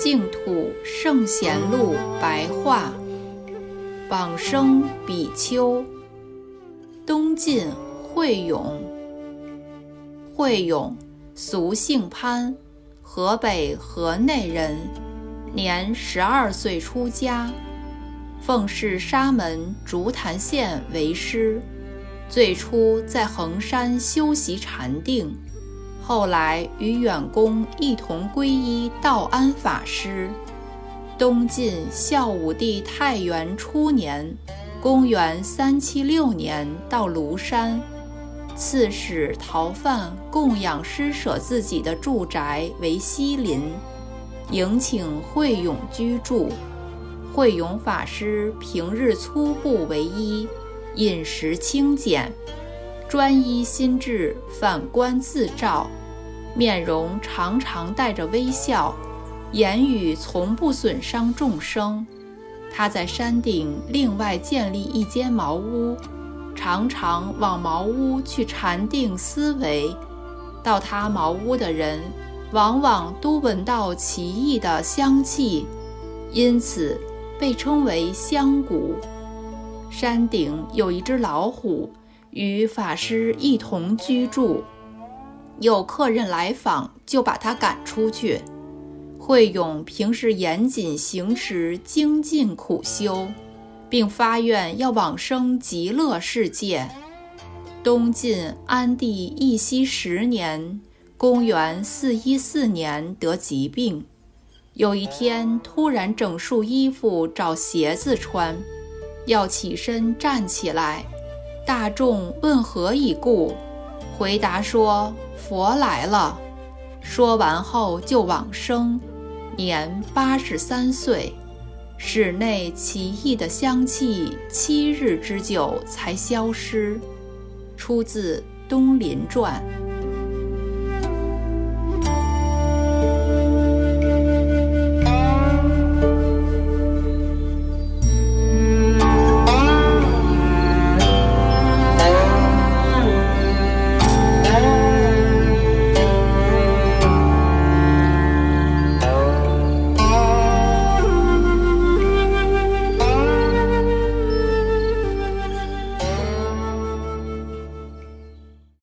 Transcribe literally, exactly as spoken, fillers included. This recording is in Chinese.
净土圣贤录白话，往生比丘。东晋慧永。慧永，俗姓潘，河北河内人，年十二岁出家，奉侍沙门竹潭县为师。最初在衡山修习禅定，后来与远公一同皈依道安法师。东晋孝武帝太元初年，公元三七六年到庐山，刺史逃犯供养施舍自己的住宅为西林，迎请慧永居住。慧永法师平日粗布为衣，饮食清简，专一心志，反观自照，面容常常带着微笑，言语从不损伤众生。他在山顶另外建立一间茅屋，常常往茅屋去禅定思维，到他茅屋的人往往都闻到奇异的香气，因此被称为香谷。山顶有一只老虎，与法师一同居住，有客人来访就把他赶出去。慧永平时严谨行持精进苦修，并发愿要往生极乐世界。东晋安帝义熙十年，公元四一四年得疾病，有一天突然整束衣服找鞋子穿，要起身站起来，大众问何以故，回答说佛来了。说完后就往生，年八十三岁。室内奇异的香气七日之久才消失。出自《东林传》。